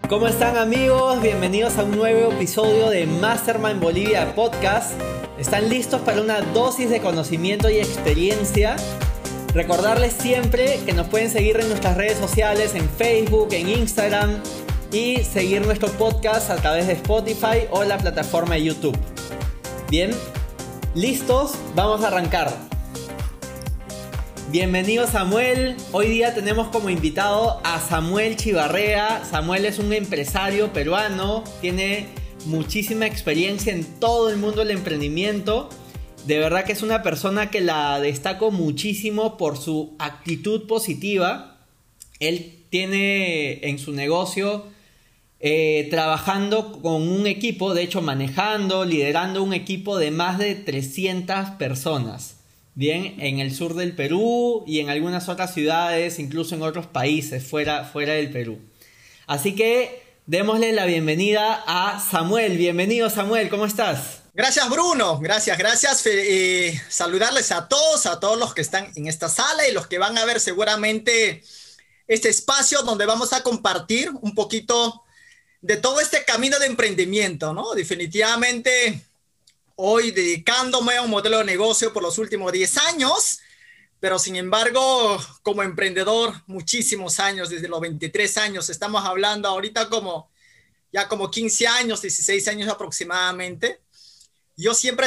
¿Cómo están, amigos? Bienvenidos a un nuevo episodio de Mastermind Bolivia Podcast. ¿Están listos para una dosis de conocimiento y experiencia? Recordarles siempre que nos pueden seguir en nuestras redes sociales, en Facebook, en Instagram, y seguir nuestro podcast a través de Spotify o la plataforma de YouTube. Bien, ¿listos? Vamos a arrancar. Bienvenido, Samuel. Hoy día tenemos como invitado a Samuel Chivarrea. Samuel es un empresario peruano, tiene muchísima experiencia en todo el mundo del emprendimiento. De verdad que es una persona que la destaco muchísimo por su actitud positiva. Él tiene en su negocio trabajando con un equipo, de hecho manejando, liderando un equipo de más de 300 personas. Bien, en el sur del Perú y en algunas otras ciudades, incluso en otros países fuera del Perú. Así que démosle la bienvenida a Samuel. Bienvenido, Samuel, ¿cómo estás? Gracias, Bruno. Gracias. Saludarles a todos los que están en esta sala y los que van a ver seguramente este espacio donde vamos a compartir un poquito de todo este camino de emprendimiento, ¿no? Definitivamente hoy dedicándome a un modelo de negocio por los últimos 10 años, pero sin embargo, como emprendedor, muchísimos años, desde los 23 años, estamos hablando ahorita ya como 15 años, 16 años aproximadamente. Yo siempre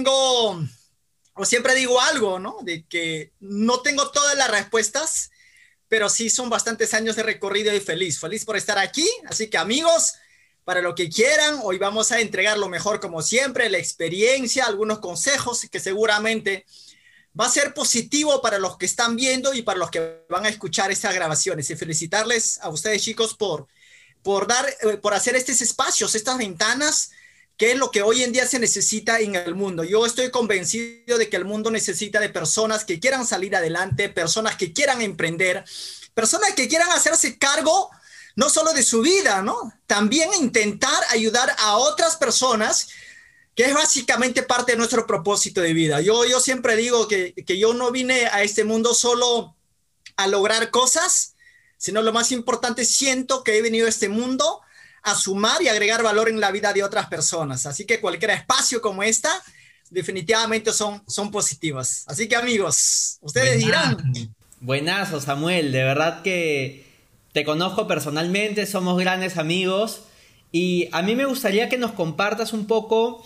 digo algo, ¿no? De que no tengo todas las respuestas, pero sí son bastantes años de recorrido y feliz por estar aquí. Así que, amigos, para lo que quieran, hoy vamos a entregar lo mejor como siempre, la experiencia, algunos consejos que seguramente va a ser positivo para los que están viendo y para los que van a escuchar estas grabaciones. Y felicitarles a ustedes, chicos, por hacer estos espacios, estas ventanas, que es lo que hoy en día se necesita en el mundo. Yo estoy convencido de que el mundo necesita de personas que quieran salir adelante, personas que quieran emprender, personas que quieran hacerse cargo no solo de su vida, ¿no? También intentar ayudar a otras personas, que es básicamente parte de nuestro propósito de vida. Yo siempre digo que yo no vine a este mundo solo a lograr cosas, sino lo más importante, siento que he venido a este mundo a sumar y agregar valor en la vida de otras personas. Así que cualquier espacio como esta, definitivamente son positivas. Así que, amigos, ustedes dirán. Buenazo, Samuel. De verdad que te conozco personalmente, somos grandes amigos. Y a mí me gustaría que nos compartas un poco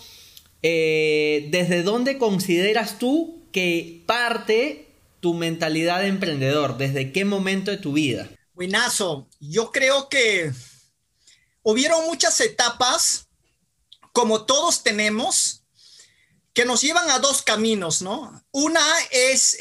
desde dónde consideras tú que parte tu mentalidad de emprendedor, desde qué momento de tu vida. Buenazo. Yo creo que hubieron muchas etapas, como todos tenemos, que nos llevan a dos caminos, ¿no? Una es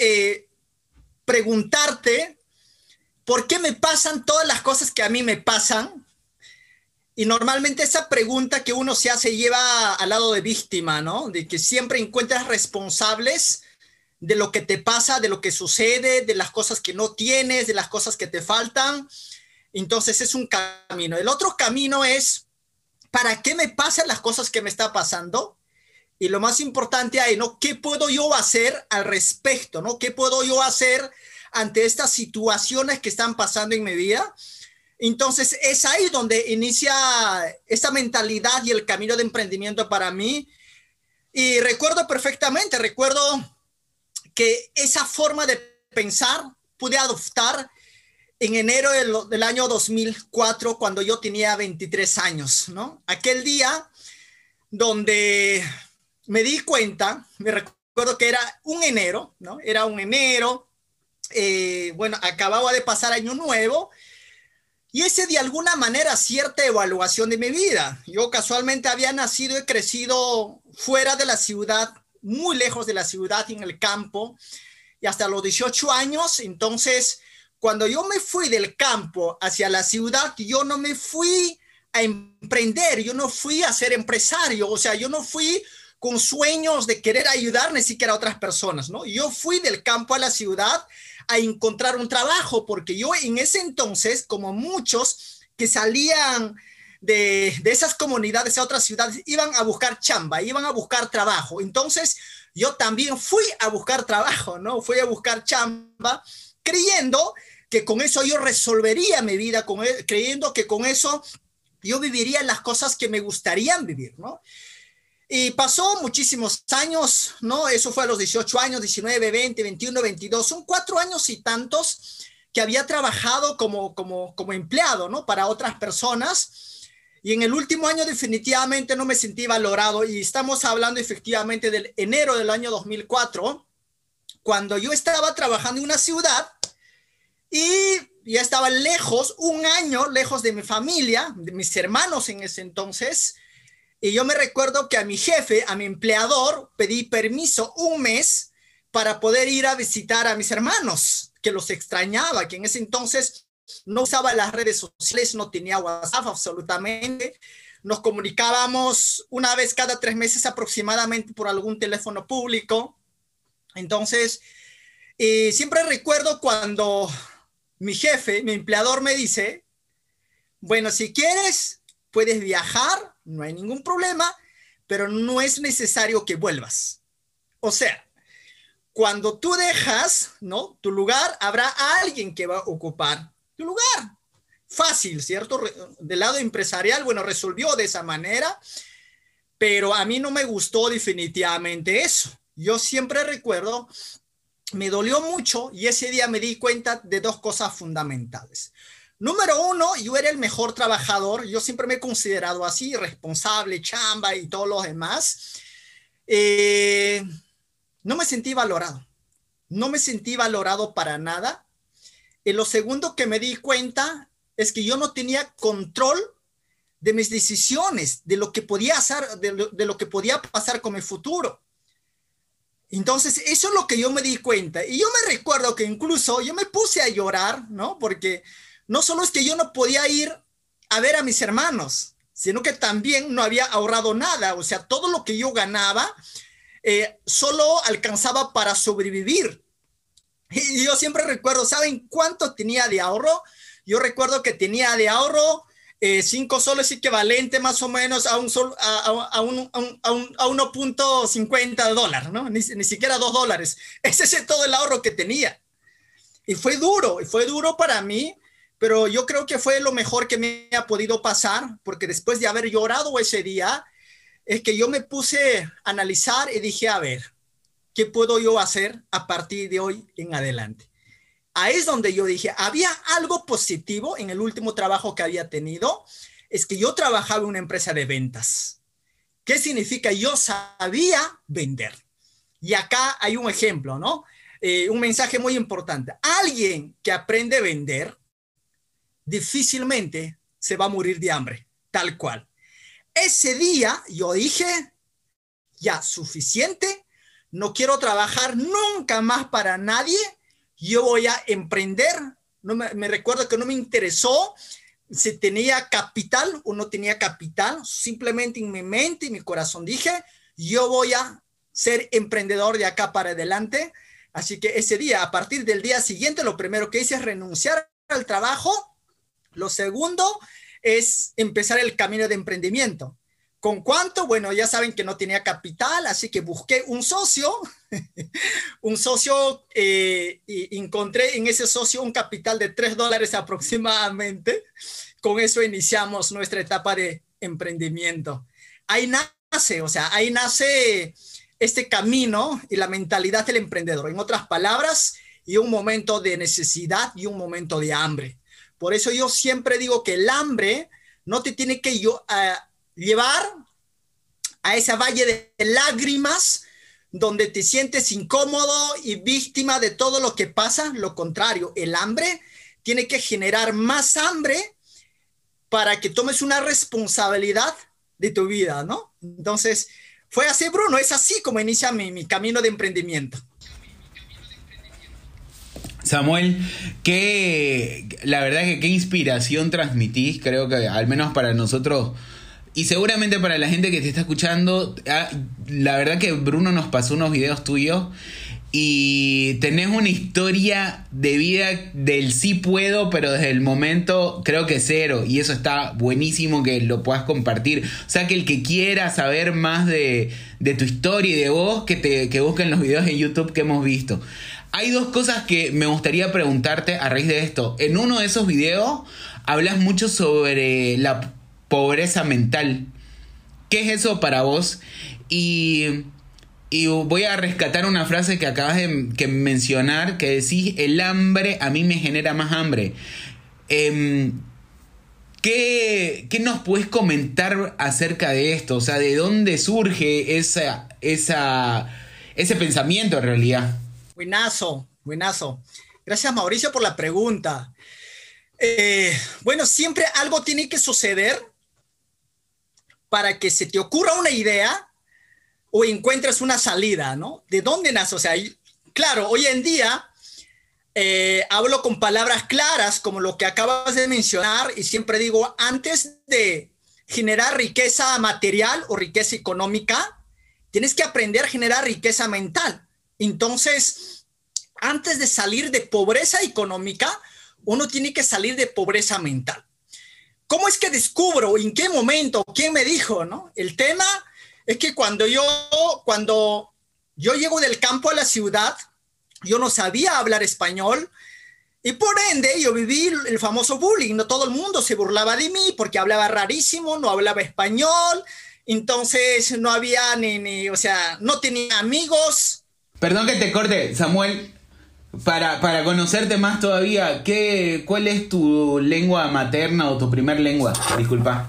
preguntarte por qué me pasan todas las cosas que a mí me pasan. Y normalmente esa pregunta que uno se hace lleva al lado de víctima, ¿no? De que siempre encuentras responsables de lo que te pasa, de lo que sucede, de las cosas que no tienes, de las cosas que te faltan. Entonces es un camino. El otro camino es, ¿para qué me pasan las cosas que me está pasando? Y lo más importante ahí, ¿no? ¿Qué puedo yo hacer al respecto, ¿no? ¿Qué puedo yo hacer ante estas situaciones que están pasando en mi vida? Entonces es ahí donde inicia esta mentalidad y el camino de emprendimiento para mí. Y recuerdo perfectamente, que esa forma de pensar pude adoptar en enero del año 2004, cuando yo tenía 23 años, ¿no? Aquel día donde me di cuenta, me recuerdo que era un enero, ¿no? Era un enero, bueno, acababa de pasar año nuevo, y ese de alguna manera cierta evaluación de mi vida. Yo casualmente había nacido y crecido fuera de la ciudad, muy lejos de la ciudad, en el campo, y hasta los 18 años, entonces, cuando yo me fui del campo hacia la ciudad, yo no me fui a emprender, yo no fui a ser empresario, o sea, yo no fui con sueños de querer ayudar ni siquiera a otras personas, ¿no? Yo fui del campo a la ciudad a encontrar un trabajo, porque yo en ese entonces, como muchos que salían de esas comunidades a otras ciudades, iban a buscar chamba, iban a buscar trabajo. Entonces, yo también fui a buscar trabajo, ¿no? Fui a buscar chamba, creyendo que con eso yo resolvería mi vida, creyendo que con eso yo viviría las cosas que me gustarían vivir, ¿no? Y pasó muchísimos años, ¿no? Eso fue a los 18 años, 19, 20, 21, 22. Son 4 años y tantos que había trabajado como empleado, ¿no? Para otras personas. Y en el último año definitivamente no me sentí valorado. Y estamos hablando efectivamente del enero del año 2004, cuando yo estaba trabajando en una ciudad y ya estaba lejos, un año lejos de mi familia, de mis hermanos en ese entonces. Y yo me recuerdo que a mi jefe, a mi empleador, pedí permiso un mes para poder ir a visitar a mis hermanos, que los extrañaba, que en ese entonces no usaba las redes sociales, no tenía WhatsApp absolutamente. Nos comunicábamos una vez cada 3 meses aproximadamente por algún teléfono público. Entonces, siempre recuerdo cuando mi jefe, mi empleador me dice, bueno, si quieres, puedes viajar, no hay ningún problema, pero no es necesario que vuelvas. O sea, cuando tú dejas, ¿no?, tu lugar, habrá alguien que va a ocupar tu lugar. Fácil, ¿cierto? Del lado empresarial, bueno, resolvió de esa manera, pero a mí no me gustó definitivamente eso. Yo siempre recuerdo, me dolió mucho y ese día me di cuenta de 2 cosas fundamentales. Número 1, yo era el mejor trabajador, yo siempre me he considerado así, responsable, chamba y todo lo demás. No me sentí valorado, no me sentí valorado para nada. Y lo segundo que me di cuenta es que yo no tenía control de mis decisiones, de lo que podía hacer, de lo que podía pasar con mi futuro. Entonces, eso es lo que yo me di cuenta. Y yo me recuerdo que incluso yo me puse a llorar, ¿no? Porque no solo es que yo no podía ir a ver a mis hermanos, sino que también no había ahorrado nada. O sea, todo lo que yo ganaba solo alcanzaba para sobrevivir. Y yo siempre recuerdo, ¿saben cuánto tenía de ahorro? Yo recuerdo que tenía de ahorro 5 soles equivalente más o menos a 1.50 dólares, ¿no? Ni siquiera $2. Ese es todo el ahorro que tenía. Y fue duro para mí, pero yo creo que fue lo mejor que me ha podido pasar, porque después de haber llorado ese día, es que yo me puse a analizar y dije, a ver, ¿qué puedo yo hacer a partir de hoy en adelante? Ahí es donde yo dije, había algo positivo en el último trabajo que había tenido, es que yo trabajaba en una empresa de ventas. ¿Qué significa? Yo sabía vender. Y acá hay un ejemplo, ¿no? Un mensaje muy importante. Alguien que aprende a vender difícilmente se va a morir de hambre, tal cual. Ese día yo dije, ya, suficiente, no quiero trabajar nunca más para nadie, yo voy a emprender. Me recuerdo que no me interesó si tenía capital o no tenía capital, simplemente en mi mente y mi corazón dije, yo voy a ser emprendedor de acá para adelante. Así que ese día, a partir del día siguiente, lo primero que hice es renunciar al trabajo. Lo segundo es empezar el camino de emprendimiento. ¿Con cuánto? Bueno, ya saben que no tenía capital, así que busqué un socio, y encontré en ese socio un capital de $3 aproximadamente. Con eso iniciamos nuestra etapa de emprendimiento. Ahí nace este camino y la mentalidad del emprendedor. En otras palabras, y un momento de necesidad y un momento de hambre. Por eso yo siempre digo que el hambre no te tiene que llevar a ese valle de lágrimas donde te sientes incómodo y víctima de todo lo que pasa. Lo contrario, el hambre tiene que generar más hambre para que tomes una responsabilidad de tu vida, ¿no? Entonces, fue así, Bruno, es así como inicia mi camino de emprendimiento. Samuel, la verdad que qué inspiración transmitís, creo que al menos para nosotros y seguramente para la gente que te está escuchando. La verdad que Bruno nos pasó unos videos tuyos y tenés una historia de vida del sí puedo, pero desde el momento creo que 0, y eso está buenísimo que lo puedas compartir. O sea, que el que quiera saber más de tu historia y de vos, que busquen los videos en YouTube que hemos visto. Hay 2 cosas que me gustaría preguntarte a raíz de esto. En uno de esos videos hablas mucho sobre pobreza mental. ¿Qué es eso para vos? Y voy a rescatar una frase que acabas de mencionar, que decís: el hambre a mí me genera más hambre. ¿Qué nos puedes comentar acerca de esto? O sea, ¿de dónde surge ese pensamiento en realidad? Buenazo, buenazo. Gracias, Mauricio, por la pregunta. Bueno, siempre algo tiene que suceder para que se te ocurra una idea o encuentres una salida, ¿no? ¿De dónde nace? O sea, claro, hoy en día hablo con palabras claras, como lo que acabas de mencionar, y siempre digo, antes de generar riqueza material o riqueza económica, tienes que aprender a generar riqueza mental. Entonces, antes de salir de pobreza económica, uno tiene que salir de pobreza mental. ¿Cómo es que descubro? ¿En qué momento? ¿Quién me dijo, no? El tema es que cuando yo llego del campo a la ciudad, yo no sabía hablar español y por ende yo viví el famoso bullying. No todo el mundo se burlaba de mí porque hablaba rarísimo, no hablaba español, entonces no había o sea, no tenía amigos. Perdón que te corte, Samuel. Para conocerte más todavía, ¿cuál es tu lengua materna o tu primer lengua? Disculpa.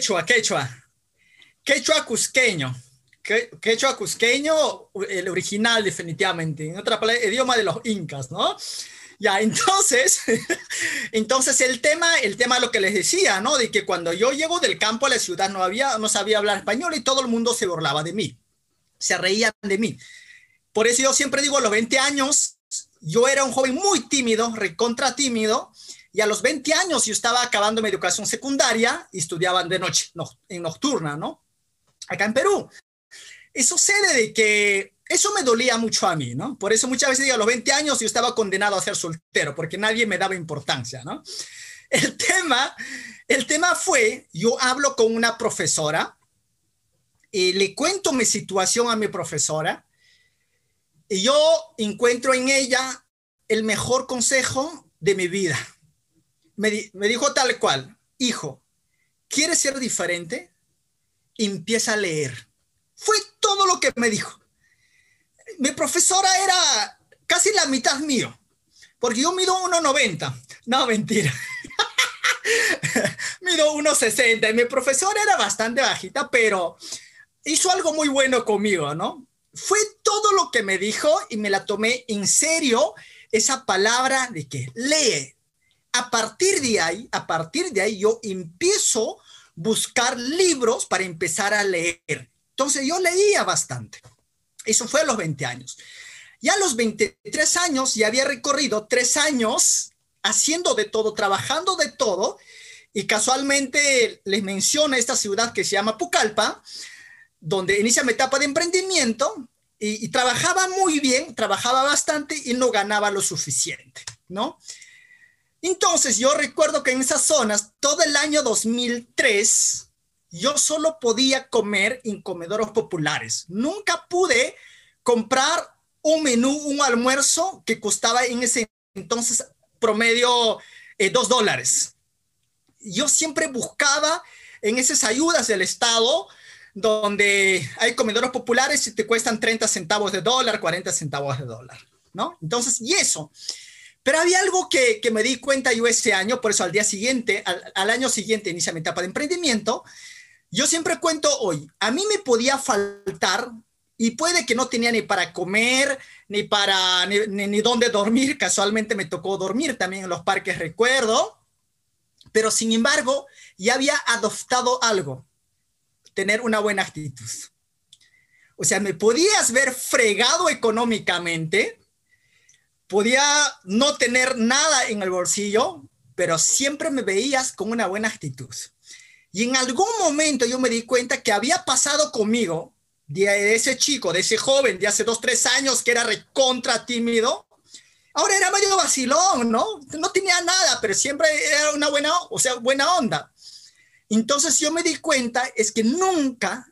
Quechua cusqueño. Quechua cusqueño, el original definitivamente. En otra palabra, idioma de los incas, ¿no? Ya, entonces el tema lo que les decía, ¿no? De que cuando yo llego del campo a la ciudad no sabía hablar español y todo el mundo se burlaba de mí. Se reían de mí. Por eso yo siempre digo, a los 20 años, yo era un joven muy tímido, recontra tímido, y a los 20 años yo estaba acabando mi educación secundaria y estudiaba de noche, en nocturna, ¿no? Acá en Perú. Y sucede de que eso me dolía mucho a mí, ¿no? Por eso muchas veces digo, a los 20 años yo estaba condenado a ser soltero, porque nadie me daba importancia, ¿no? El tema fue, yo hablo con una profesora y le cuento mi situación a mi profesora, y yo encuentro en ella el mejor consejo de mi vida. Me dijo tal cual: hijo, ¿quieres ser diferente? Empieza a leer. Fue todo lo que me dijo. Mi profesora era casi la mitad mío, porque yo mido 1,90. No, mentira. Mido 1,60 y mi profesora era bastante bajita, pero hizo algo muy bueno conmigo, ¿no? Fue todo lo que me dijo y me la tomé en serio, esa palabra de que lee. A partir de ahí yo empiezo a buscar libros para empezar a leer. Entonces yo leía bastante. Eso fue a los 20 años. Ya a los 23 años ya había recorrido 3 años haciendo de todo, trabajando de todo, y casualmente les menciono esta ciudad que se llama Pucallpa, donde inicia mi etapa de emprendimiento y trabajaba muy bien, trabajaba bastante y no ganaba lo suficiente, ¿no? Entonces yo recuerdo que en esas zonas, todo el año 2003, yo solo podía comer en comedores populares. Nunca pude comprar un menú, un almuerzo que costaba en ese entonces promedio $2. Yo siempre buscaba en esas ayudas del Estado, donde hay comedores populares y te cuestan 30 centavos de dólar, 40 centavos de dólar, ¿no? Entonces, y eso. Pero había algo que me di cuenta yo ese año, por eso al año siguiente inicia mi etapa de emprendimiento. Yo siempre cuento hoy, a mí me podía faltar, y puede que no tenía ni para comer, ni dónde dormir. Casualmente me tocó dormir también en los parques, recuerdo. Pero sin embargo, ya había adoptado algo: tener una buena actitud. O sea, me podías ver fregado económicamente, podía no tener nada en el bolsillo, pero siempre me veías con una buena actitud. Y en algún momento yo me di cuenta que había pasado conmigo, de ese chico, de ese joven de hace 2, 3 años que era recontra tímido, ahora era medio vacilón, ¿no? No tenía nada, pero siempre era una buena onda. Entonces yo me di cuenta es que nunca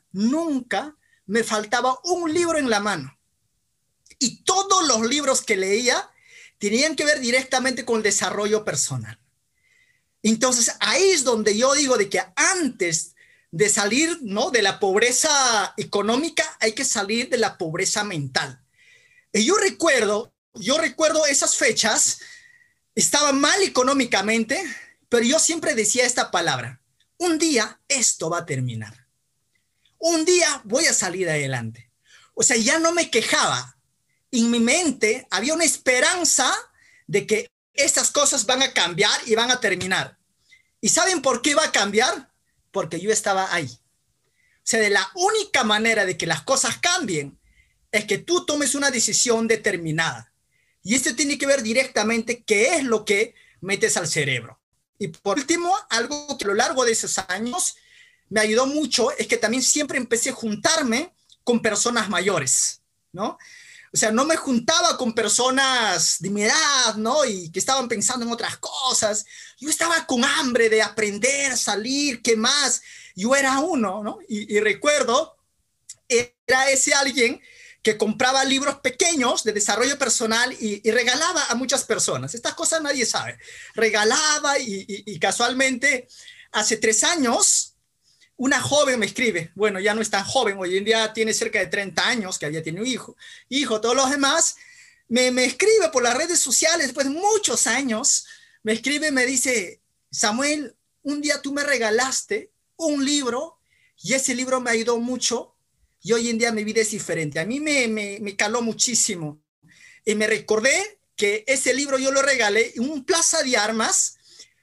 me faltaba un libro en la mano. Y todos los libros que leía tenían que ver directamente con el desarrollo personal. Entonces ahí es donde yo digo de que antes de salir, ¿no?, de la pobreza económica, hay que salir de la pobreza mental. Y yo recuerdo esas fechas, estaba mal económicamente, pero yo siempre decía esta palabra: un día esto va a terminar. Un día voy a salir adelante. O sea, ya no me quejaba. En mi mente había una esperanza de que estas cosas van a cambiar y van a terminar. ¿Y saben por qué va a cambiar? Porque yo estaba ahí. O sea, de la única manera de que las cosas cambien es que tú tomes una decisión determinada. Y esto tiene que ver directamente qué es lo que metes al cerebro. Y por último, algo que a lo largo de esos años me ayudó mucho es que también siempre empecé a juntarme con personas mayores, ¿no? O sea, no me juntaba con personas de mi edad, ¿no? Y que estaban pensando en otras cosas. Yo estaba con hambre de aprender, salir, ¿qué más? Yo era uno, ¿no? Y recuerdo, era ese alguien que compraba libros pequeños de desarrollo personal y regalaba a muchas personas. Estas cosas nadie sabe. Regalaba y casualmente, hace 3 años, una joven me escribe. Bueno, ya no es tan joven, hoy en día tiene cerca de 30 años, que había tenido hijo, todos los demás. Me escribe por las redes sociales, después de muchos años, me escribe y me dice: Samuel, un día tú me regalaste un libro y ese libro me ayudó mucho y hoy en día mi vida es diferente. A mí me caló muchísimo. Y me recordé que ese libro yo lo regalé en un plaza de armas,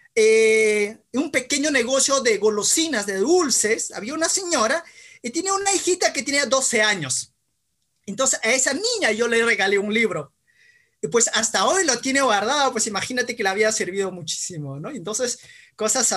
un pequeño negocio de golosinas, de dulces. Había una señora y tenía una hijita que tenía 12 años. Entonces a esa niña yo le regalé un libro. Y pues hasta hoy lo tiene guardado, pues imagínate que le había servido muchísimo, ¿no? Entonces cosas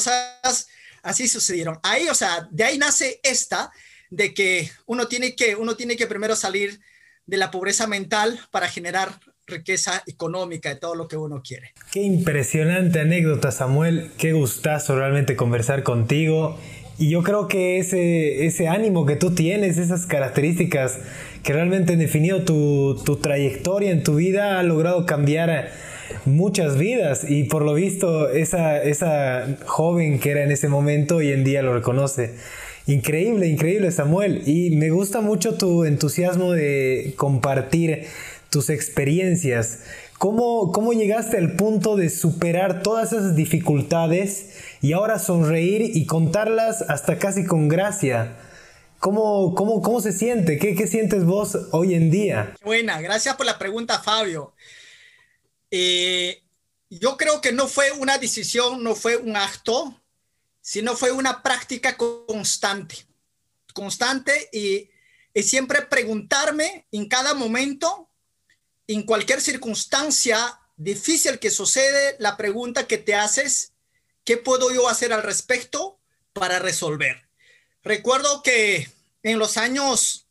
así sucedieron. Ahí, o sea, de ahí nace de que uno tiene que primero salir de la pobreza mental para generar riqueza económica de todo lo que uno quiere. Qué impresionante anécdota, Samuel. Qué gustazo realmente conversar contigo. Y yo creo que ese ánimo que tú tienes, esas características que realmente han definido tu trayectoria en tu vida, ha logrado cambiar muchas vidas. Y por lo visto, esa joven que era en ese momento, hoy en día lo reconoce. Increíble, increíble, Samuel. Y me gusta mucho tu entusiasmo de compartir tus experiencias. ¿Cómo llegaste al punto de superar todas esas dificultades y ahora sonreír y contarlas hasta casi con gracia? ¿Cómo se siente? ¿Qué sientes vos hoy en día? Buena, gracias por la pregunta, Fabio. Yo creo que no fue una decisión, no fue un acto, sino fue una práctica constante y siempre preguntarme en cada momento, en cualquier circunstancia difícil que sucede, la pregunta que te haces: ¿qué puedo yo hacer al respecto para resolver? Recuerdo que en los años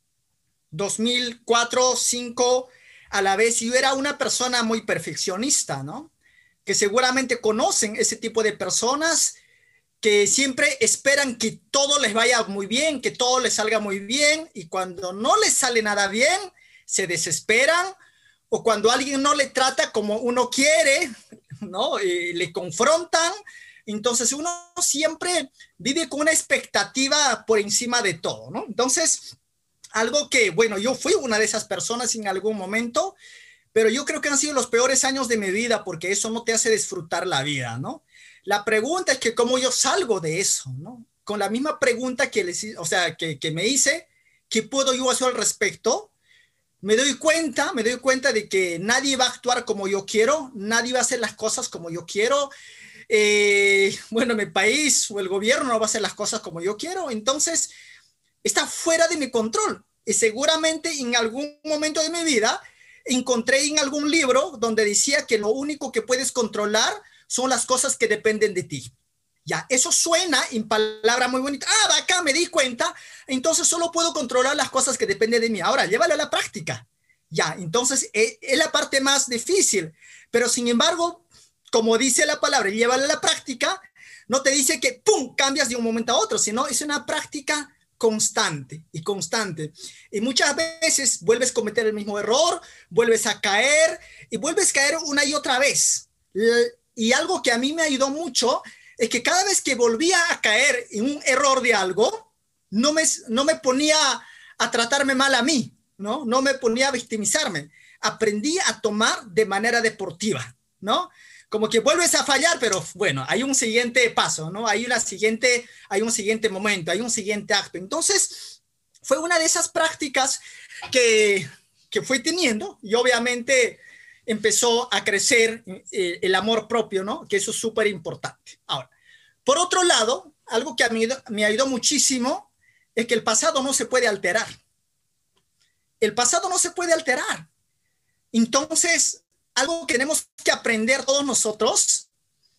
2004, 2005, a la vez, yo era una persona muy perfeccionista, ¿no? Que seguramente conocen ese tipo de personas que siempre esperan que todo les vaya muy bien, que todo les salga muy bien, y cuando no les sale nada bien, se desesperan, o cuando alguien no le trata como uno quiere, ¿no? Y le confrontan. Entonces uno siempre vive con una expectativa por encima de todo, ¿no? Entonces, algo que, bueno, yo fui una de esas personas en algún momento, pero yo creo que han sido los peores años de mi vida porque eso no te hace disfrutar la vida, ¿no? La pregunta es que cómo yo salgo de eso, ¿no? Con la misma pregunta que me hice, ¿qué puedo yo hacer al respecto? Me doy cuenta de que nadie va a actuar como yo quiero, nadie va a hacer las cosas como yo quiero. Bueno, mi país o el gobierno no va a hacer las cosas como yo quiero, entonces está fuera de mi control. Y seguramente en algún momento de mi vida encontré en algún libro donde decía que lo único que puedes controlar son las cosas que dependen de ti. Ya, eso suena en palabra muy bonita. Acá me di cuenta, entonces solo puedo controlar las cosas que dependen de mí. Ahora, llévalo a la práctica. Ya, entonces es la parte más difícil. Pero sin embargo, como dice la palabra, llévalo a la práctica, no te dice que ¡pum!, cambias de un momento a otro, sino es una práctica constante. Y muchas veces vuelves a cometer el mismo error, vuelves a caer y vuelves a caer una y otra vez. y algo que a mí me ayudó mucho es que cada vez que volvía a caer en un error de algo, no me ponía a tratarme mal a mí, ¿no? No me ponía a victimizarme. Aprendí a tomar de manera deportiva, ¿no? Como que vuelves a fallar, pero bueno, hay un siguiente paso, ¿no? Hay un siguiente momento, hay un siguiente acto. Entonces, fue una de esas prácticas que fui teniendo y obviamente empezó a crecer el amor propio, ¿no? Que eso es súper importante. Ahora, por otro lado, algo que a mí me ayudó muchísimo es que el pasado no se puede alterar. El pasado no se puede alterar. Entonces, algo que tenemos que aprender todos nosotros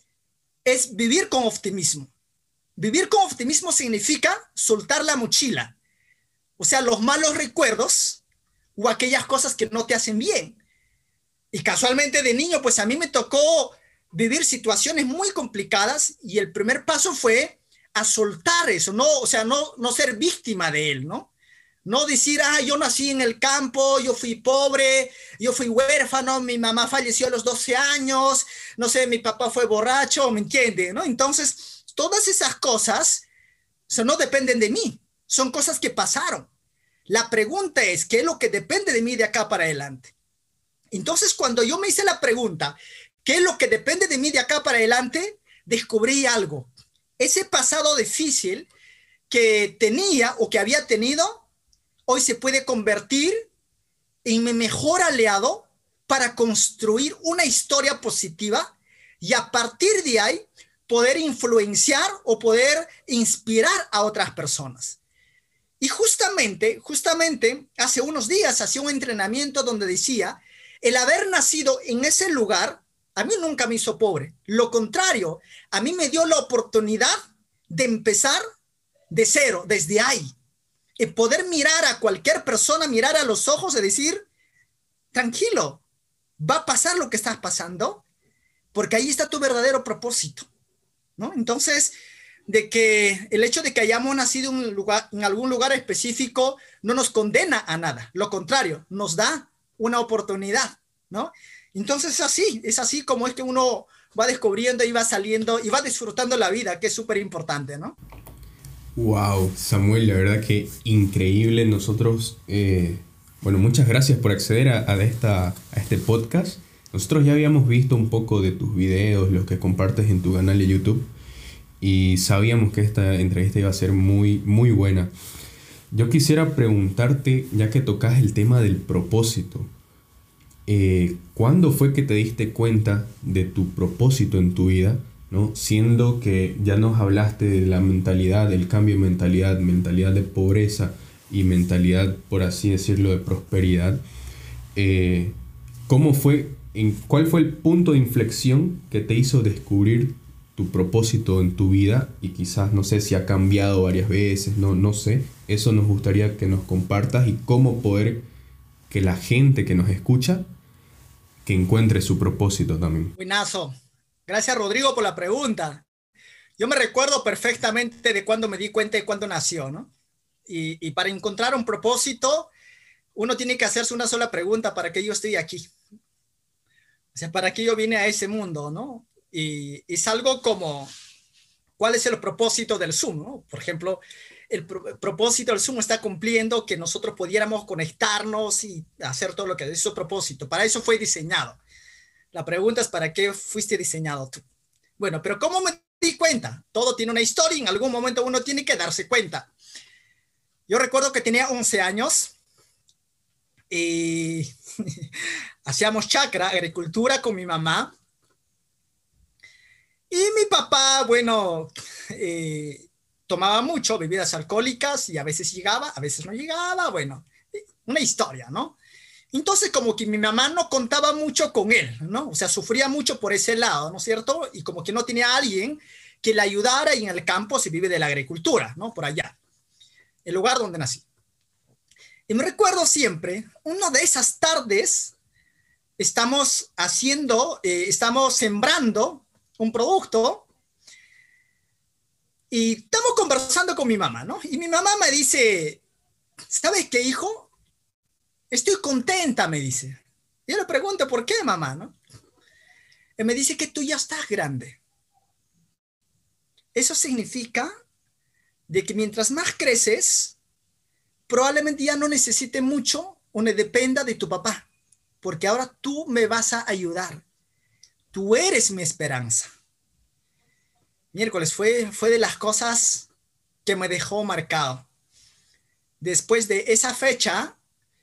es vivir con optimismo. Vivir con optimismo significa soltar la mochila. O sea, los malos recuerdos o aquellas cosas que no te hacen bien. Y casualmente de niño, pues a mí me tocó vivir situaciones muy complicadas y el primer paso fue a soltar eso, ¿no? O sea, no ser víctima de él, ¿no? No decir, yo nací en el campo, yo fui pobre, yo fui huérfano, mi mamá falleció a los 12 años, no sé, mi papá fue borracho, ¿me entiende? ¿No? Entonces, todas esas cosas, o sea, no dependen de mí, son cosas que pasaron. La pregunta es, ¿qué es lo que depende de mí de acá para adelante? Entonces, cuando yo me hice la pregunta, ¿qué es lo que depende de mí de acá para adelante? Descubrí algo. Ese pasado difícil que tenía o que había tenido, hoy se puede convertir en mi mejor aliado para construir una historia positiva y a partir de ahí poder influenciar o poder inspirar a otras personas. Y justamente hace unos días hacía un entrenamiento donde decía, el haber nacido en ese lugar, a mí nunca me hizo pobre. Lo contrario, a mí me dio la oportunidad de empezar de cero, desde ahí. Y poder mirar a cualquier persona, mirar a los ojos y decir, tranquilo, va a pasar lo que estás pasando, porque ahí está tu verdadero propósito, ¿no? Entonces, de que el hecho de que hayamos nacido en algún lugar específico no nos condena a nada. Lo contrario, nos da una oportunidad, ¿no? Entonces es así como es que uno va descubriendo y va saliendo y va disfrutando la vida, que es súper importante, ¿no? Wow, Samuel, la verdad que increíble. Nosotros, bueno, muchas gracias por acceder a este podcast. Nosotros ya habíamos visto un poco de tus videos, los que compartes en tu canal de YouTube, y sabíamos que esta entrevista iba a ser muy, muy buena. Yo quisiera preguntarte, ya que tocas el tema del propósito, ¿cuándo fue que te diste cuenta de tu propósito en tu vida? ¿No? Siendo que ya nos hablaste de la mentalidad, del cambio de mentalidad de pobreza y mentalidad, por así decirlo, de prosperidad. ¿Cuál fue el punto de inflexión que te hizo descubrir tu propósito en tu vida? Y quizás, no sé si ha cambiado varias veces, no sé. Eso nos gustaría que nos compartas y cómo poder que la gente que nos escucha que encuentre su propósito también. Buenazo. Gracias, Rodrigo, por la pregunta. Yo me recuerdo perfectamente de cuándo me di cuenta de cuándo nació, ¿no? Y para encontrar un propósito, uno tiene que hacerse una sola pregunta: ¿para qué yo estoy aquí? O sea, ¿para qué yo vine a ese mundo, no? Y es algo como, ¿cuál es el propósito del Zoom, no? Por ejemplo, el propósito del Zoom está cumpliendo que nosotros pudiéramos conectarnos y hacer todo lo que es su propósito. Para eso fue diseñado. La pregunta es, ¿para qué fuiste diseñado tú? Bueno, pero ¿cómo me di cuenta? Todo tiene una historia y en algún momento uno tiene que darse cuenta. Yo recuerdo que tenía 11 años y hacíamos chacra, agricultura con mi mamá. Y mi papá, bueno, tomaba mucho bebidas alcohólicas y a veces llegaba, a veces no llegaba. Bueno, una historia, ¿no? Entonces, como que mi mamá no contaba mucho con él, ¿no? O sea, sufría mucho por ese lado, ¿no es cierto? Y como que no tenía a alguien que le ayudara, y en el campo se vive de la agricultura, ¿no? Por allá, el lugar donde nací. Y me recuerdo siempre, una de esas tardes, estamos sembrando un producto y estamos conversando con mi mamá, ¿no? Y mi mamá me dice, ¿sabes qué, hijo? Estoy contenta, me dice. Y yo le pregunto, ¿por qué, mamá, no? Él me dice que tú ya estás grande. Eso significa de que mientras más creces, probablemente ya no necesite mucho o no dependa de tu papá, porque ahora tú me vas a ayudar. Tú eres mi esperanza. Miércoles fue de las cosas que me dejó marcado. Después de esa fecha,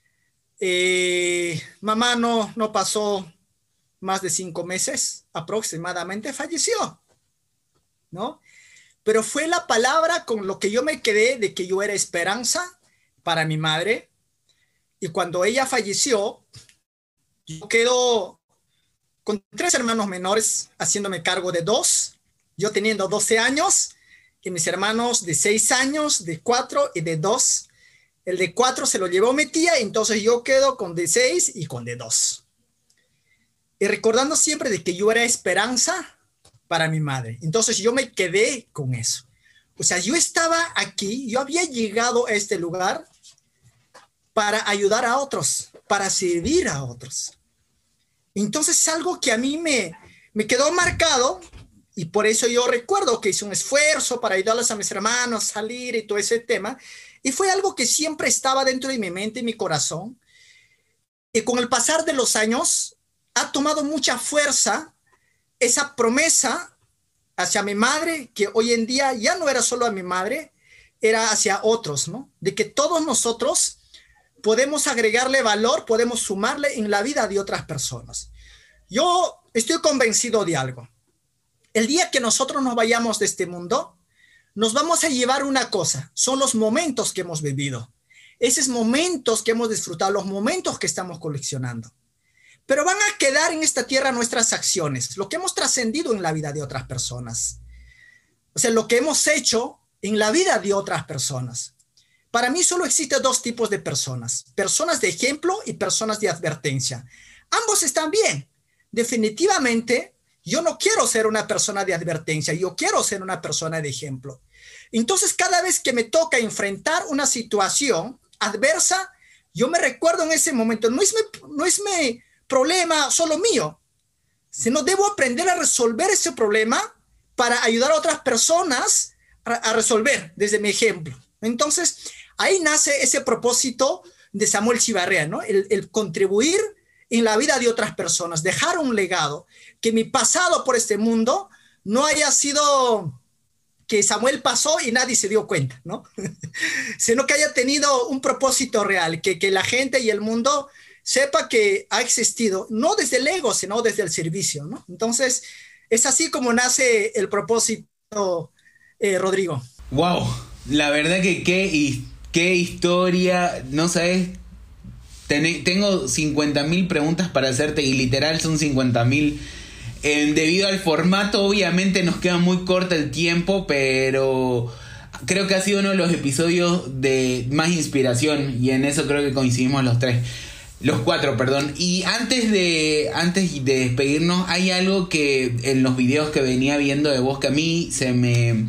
mamá no pasó más de 5 meses aproximadamente, falleció, ¿no? Pero fue la palabra con lo que yo me quedé de que yo era esperanza para mi madre. Y cuando ella falleció, yo quedo con 3 hermanos menores haciéndome cargo de 2, yo teniendo 12 años y mis hermanos de 6 años, de 4 y de 2. El de 4 se lo llevó mi tía, entonces yo quedo con de 6 y con de 2. Y recordando siempre de que yo era esperanza para mi madre. Entonces yo me quedé con eso. O sea, yo estaba aquí, yo había llegado a este lugar para ayudar a otros, para servir a otros. Entonces es algo que a mí me quedó marcado y por eso yo recuerdo que hice un esfuerzo para ayudarles a mis hermanos a salir y todo ese tema. Y fue algo que siempre estaba dentro de mi mente y mi corazón. Y con el pasar de los años ha tomado mucha fuerza esa promesa hacia mi madre, que hoy en día ya no era solo a mi madre, era hacia otros, ¿no? De que todos nosotros podemos agregarle valor, podemos sumarle en la vida de otras personas. Yo estoy convencido de algo. El día que nosotros nos vayamos de este mundo, nos vamos a llevar una cosa, son los momentos que hemos vivido, esos momentos que hemos disfrutado, los momentos que estamos coleccionando. Pero van a quedar en esta tierra nuestras acciones, lo que hemos trascendido en la vida de otras personas. O sea, lo que hemos hecho en la vida de otras personas. Para mí solo existen 2 tipos de personas. Personas de ejemplo y personas de advertencia. Ambos están bien. Definitivamente, yo no quiero ser una persona de advertencia. Yo quiero ser una persona de ejemplo. Entonces, cada vez que me toca enfrentar una situación adversa, yo me recuerdo en ese momento, no es mi problema solo mío, sino debo aprender a resolver ese problema para ayudar a otras personas a resolver desde mi ejemplo. Entonces, ahí nace ese propósito de Samuel Chivarría, ¿no? El contribuir en la vida de otras personas, dejar un legado, que mi pasado por este mundo no haya sido que Samuel pasó y nadie se dio cuenta, ¿no? Sino que haya tenido un propósito real, que la gente y el mundo sepa que ha existido, no desde el ego, sino desde el servicio, ¿no? Entonces, es así como nace el propósito, Rodrigo. ¡Wow! La verdad que qué historia, no sabes, tengo 50.000 preguntas para hacerte y literal son 50.000. Debido al formato, obviamente nos queda muy corto el tiempo, pero creo que ha sido uno de los episodios de más inspiración y en eso creo que coincidimos los 4, perdón. Y antes de despedirnos, hay algo que en los videos que venía viendo de vos que a mí se me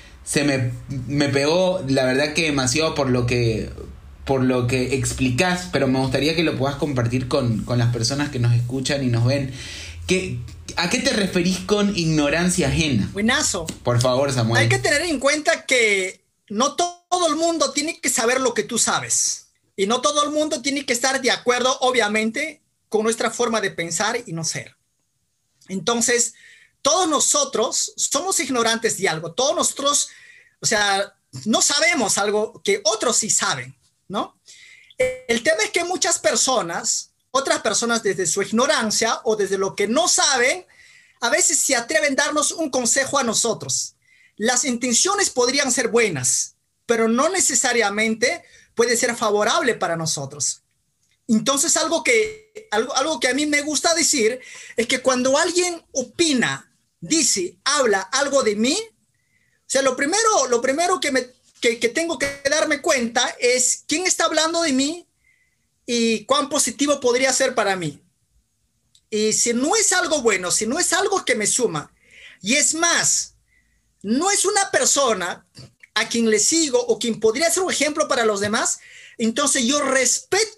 pegó, la verdad que demasiado por lo que explicás, pero me gustaría que lo puedas compartir con las personas que nos escuchan y nos ven. ¿A qué te referís con ignorancia ajena? Buenazo. Por favor, Samuel. Hay que tener en cuenta que no todo el mundo tiene que saber lo que tú sabes. Y no todo el mundo tiene que estar de acuerdo, obviamente, con nuestra forma de pensar y no ser. Entonces, todos nosotros somos ignorantes de algo. Todos nosotros, o sea, no sabemos algo que otros sí saben, ¿no? El tema es que muchas personas, otras personas desde su ignorancia o desde lo que no saben, a veces se atreven a darnos un consejo a nosotros. Las intenciones podrían ser buenas, pero no necesariamente puede ser favorable para nosotros. Entonces, algo que a mí me gusta decir es que cuando alguien opina, dice, habla algo de mí, o sea, lo primero que tengo que darme cuenta es quién está hablando de mí y cuán positivo podría ser para mí. Y si no es algo bueno, si no es algo que me suma, y es más, no es una persona a quien le sigo o quien podría ser un ejemplo para los demás, entonces yo respeto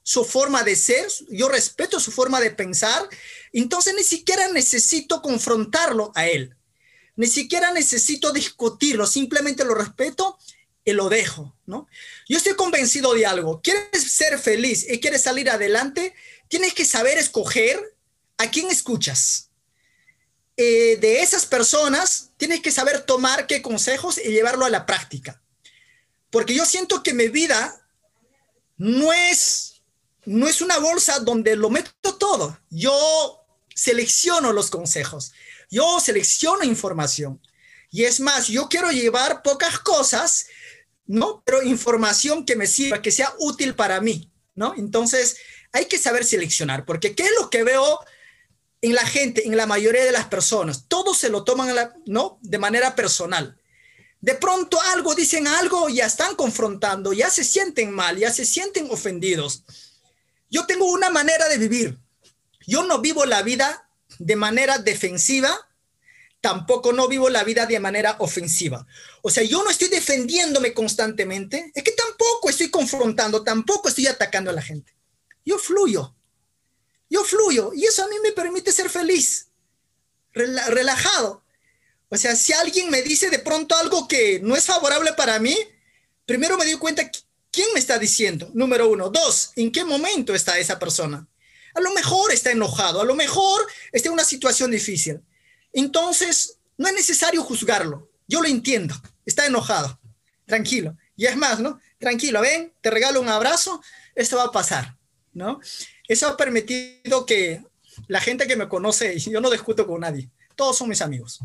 su forma de ser, yo respeto su forma de pensar, entonces ni siquiera necesito confrontarlo a él, ni siquiera necesito discutirlo, simplemente lo respeto y lo dejo, ¿no? Yo estoy convencido de algo: quieres ser feliz y quieres salir adelante, tienes que saber escoger a quién escuchas. De esas personas tienes que saber tomar qué consejos y llevarlo a la práctica. Porque yo siento que mi vida no es una bolsa donde lo meto todo. Yo selecciono los consejos, yo selecciono información. Y es más, yo quiero llevar pocas cosas, ¿no? Pero información que me sirva, que sea útil para mí, ¿no? Entonces, hay que saber seleccionar, porque ¿qué es lo que veo en la gente, en la mayoría de las personas? Todos se lo toman, ¿no?, de manera personal. De pronto dicen algo, ya están confrontando, ya se sienten mal, ya se sienten ofendidos. Yo tengo una manera de vivir. Yo no vivo la vida de manera defensiva, tampoco no vivo la vida de manera ofensiva. O sea, yo no estoy defendiéndome constantemente, es que tampoco estoy confrontando, tampoco estoy atacando a la gente. Yo fluyo y eso a mí me permite ser feliz, relajado. O sea, si alguien me dice de pronto algo que no es favorable para mí, primero me doy cuenta quién me está diciendo, número uno. Dos, ¿en qué momento está esa persona? A lo mejor está enojado, a lo mejor está en una situación difícil. Entonces, no es necesario juzgarlo. Yo lo entiendo. Está enojado. Tranquilo. Y es más, ¿no? Tranquilo, ven, te regalo un abrazo. Esto va a pasar, ¿no? Eso ha permitido que la gente que me conoce, yo no discuto con nadie. Todos son mis amigos.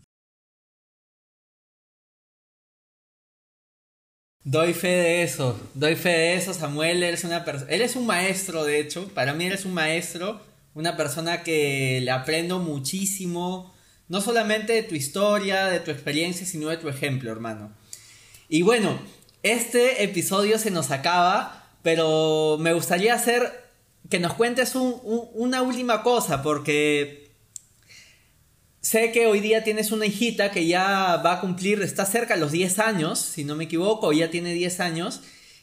Doy fe de eso, Samuel. Eres un maestro, de hecho. Para mí eres un maestro, una persona que le aprendo muchísimo, no solamente de tu historia, de tu experiencia, sino de tu ejemplo, hermano. Y bueno, este episodio se nos acaba, pero me gustaría que nos cuentes una última cosa, porque sé que hoy día tienes una hijita que ya va a cumplir, está cerca de los 10 años, si no me equivoco, ya tiene 10 años,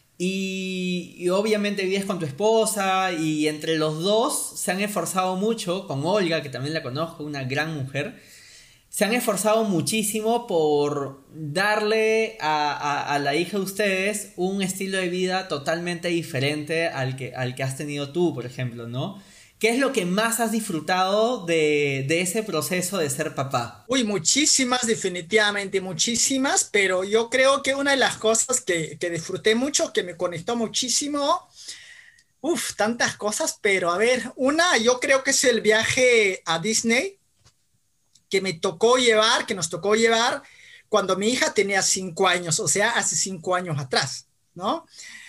y obviamente vives con tu esposa, y entre los dos se han esforzado mucho, con Olga, que también la conozco, una gran mujer, se han esforzado muchísimo por darle a la hija de ustedes un estilo de vida totalmente diferente al que has tenido tú, por ejemplo, ¿no? ¿Qué es lo que más has disfrutado de ese proceso de ser papá? Uy, muchísimas, definitivamente muchísimas, pero yo creo que una de las cosas que disfruté mucho, que me conectó muchísimo, tantas cosas, pero a ver, yo creo que es el viaje a Disney, que nos tocó llevar cuando mi hija tenía 5 años, o sea, hace 5 años atrás, ¿no?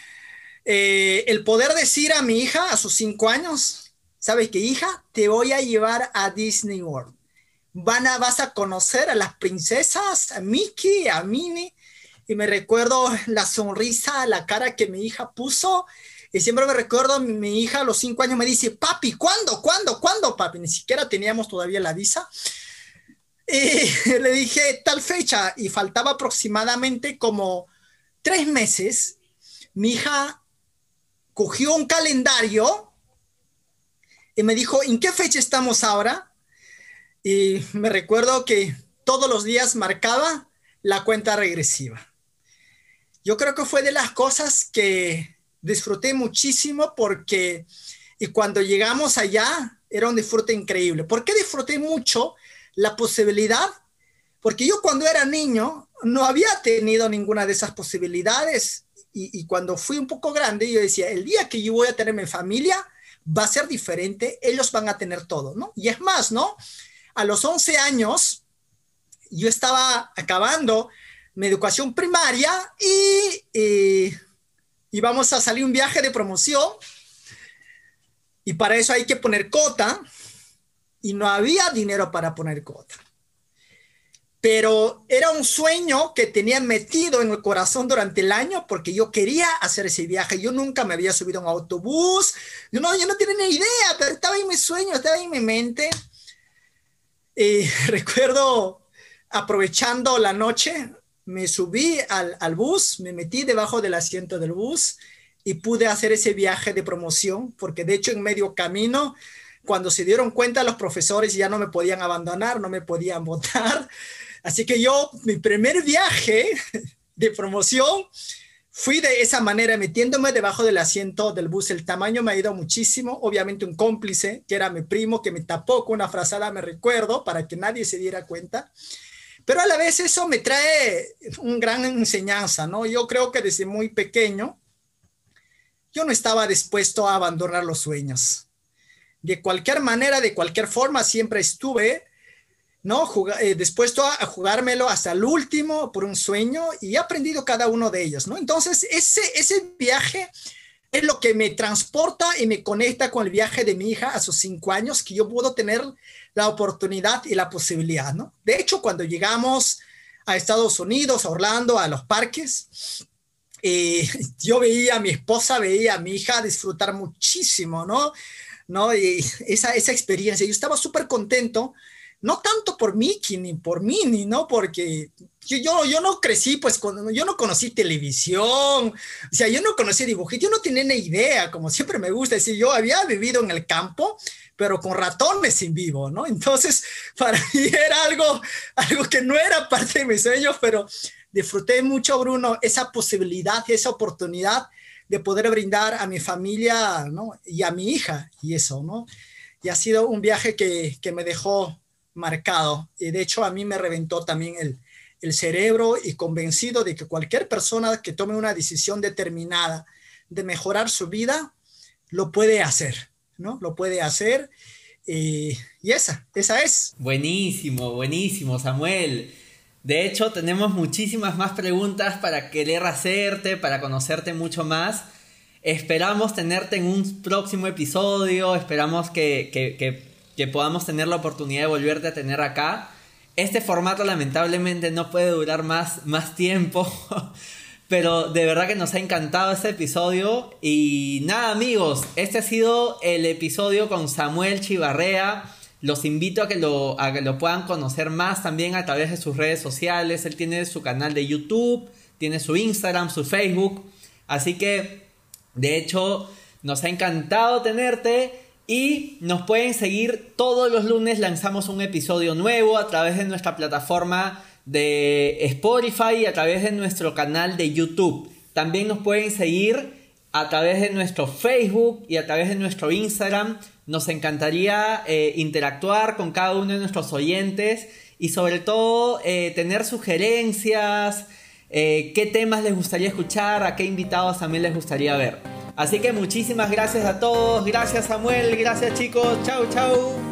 El poder decir a mi hija a sus 5 años, ¿sabes qué, hija? Te voy a llevar a Disney World. Vas a conocer a las princesas, a Mickey, a Minnie, y me recuerdo la sonrisa, la cara que mi hija puso, y siempre me recuerdo, mi hija a los 5 años me dice, papi, ¿cuándo, papi? Ni siquiera teníamos todavía la visa. Y le dije tal fecha, y faltaba aproximadamente como 3 meses. Mi hija cogió un calendario y me dijo, ¿en qué fecha estamos ahora? Y me recuerdo que todos los días marcaba la cuenta regresiva. Yo creo que fue de las cosas que disfruté muchísimo, porque y cuando llegamos allá era un disfrute increíble. ¿Por qué disfruté mucho? La posibilidad, porque yo cuando era niño no había tenido ninguna de esas posibilidades, y cuando fui un poco grande yo decía, el día que yo voy a tener mi familia va a ser diferente, ellos van a tener todo, ¿no? Y es más, ¿no? A los 11 años yo estaba acabando mi educación primaria y vamos a salir un viaje de promoción, y para eso hay que poner cuota. Y no había dinero para poner cuota. Pero era un sueño que tenía metido en el corazón durante el año, porque yo quería hacer ese viaje. Yo nunca me había subido a un autobús. Yo no tenía ni idea, pero estaba en mi sueño, estaba en mi mente. Recuerdo, aprovechando la noche, me subí al bus, me metí debajo del asiento del bus y pude hacer ese viaje de promoción, porque de hecho en medio camino, cuando se dieron cuenta los profesores ya no me podían abandonar, no me podían botar. Así que yo, mi primer viaje de promoción, fui de esa manera, metiéndome debajo del asiento del bus. El tamaño me ha ido muchísimo. Obviamente un cómplice, que era mi primo, que me tapó con una frazada, me recuerdo, para que nadie se diera cuenta. Pero a la vez eso me trae una gran enseñanza, ¿no? Yo creo que desde muy pequeño yo no estaba dispuesto a abandonar los sueños. De cualquier manera, de cualquier forma, siempre estuve, ¿no? Dispuesto a jugármelo hasta el último por un sueño, y he aprendido cada uno de ellos, ¿no? Entonces, ese viaje es lo que me transporta y me conecta con el viaje de mi hija a sus 5 años, que yo puedo tener la oportunidad y la posibilidad, ¿no? De hecho, cuando llegamos a Estados Unidos, a Orlando, a los parques, yo veía a mi esposa, veía a mi hija disfrutar muchísimo, ¿no? Y esa experiencia, yo estaba súper contento, no tanto por Mickey ni por Minnie, ¿no? Porque yo no crecí, pues, yo no conocí televisión, o sea, yo no conocí dibujos, yo no tenía ni idea, como siempre me gusta decir, yo había vivido en el campo, pero con ratones en vivo, ¿no? Entonces, para mí era algo que no era parte de mis sueños, pero disfruté mucho, Bruno, esa posibilidad, esa oportunidad de poder brindar a mi familia, ¿no? Y a mi hija, y eso, ¿no? Y ha sido un viaje que me dejó marcado, y de hecho a mí me reventó también el cerebro, y convencido de que cualquier persona que tome una decisión determinada de mejorar su vida, lo puede hacer, ¿no? Lo puede hacer, y esa es. Buenísimo, buenísimo, Samuel. De hecho, tenemos muchísimas más preguntas para querer hacerte, para conocerte mucho más. Esperamos tenerte en un próximo episodio, esperamos que podamos tener la oportunidad de volverte a tener acá. Este formato lamentablemente no puede durar más tiempo, pero de verdad que nos ha encantado este episodio. Y nada, amigos, este ha sido el episodio con Samuel Chivarrea. Los invito a que lo puedan conocer más también a través de sus redes sociales. Él tiene su canal de YouTube, tiene su Instagram, su Facebook. Así que, de hecho, nos ha encantado tenerte. Y nos pueden seguir todos los lunes, lanzamos un episodio nuevo a través de nuestra plataforma de Spotify y a través de nuestro canal de YouTube. También nos pueden seguir a través de nuestro Facebook y a través de nuestro Instagram. Nos encantaría interactuar con cada uno de nuestros oyentes y sobre todo tener sugerencias, qué temas les gustaría escuchar, a qué invitados también les gustaría ver. Así que muchísimas gracias a todos, gracias Samuel, gracias chicos, chau chau.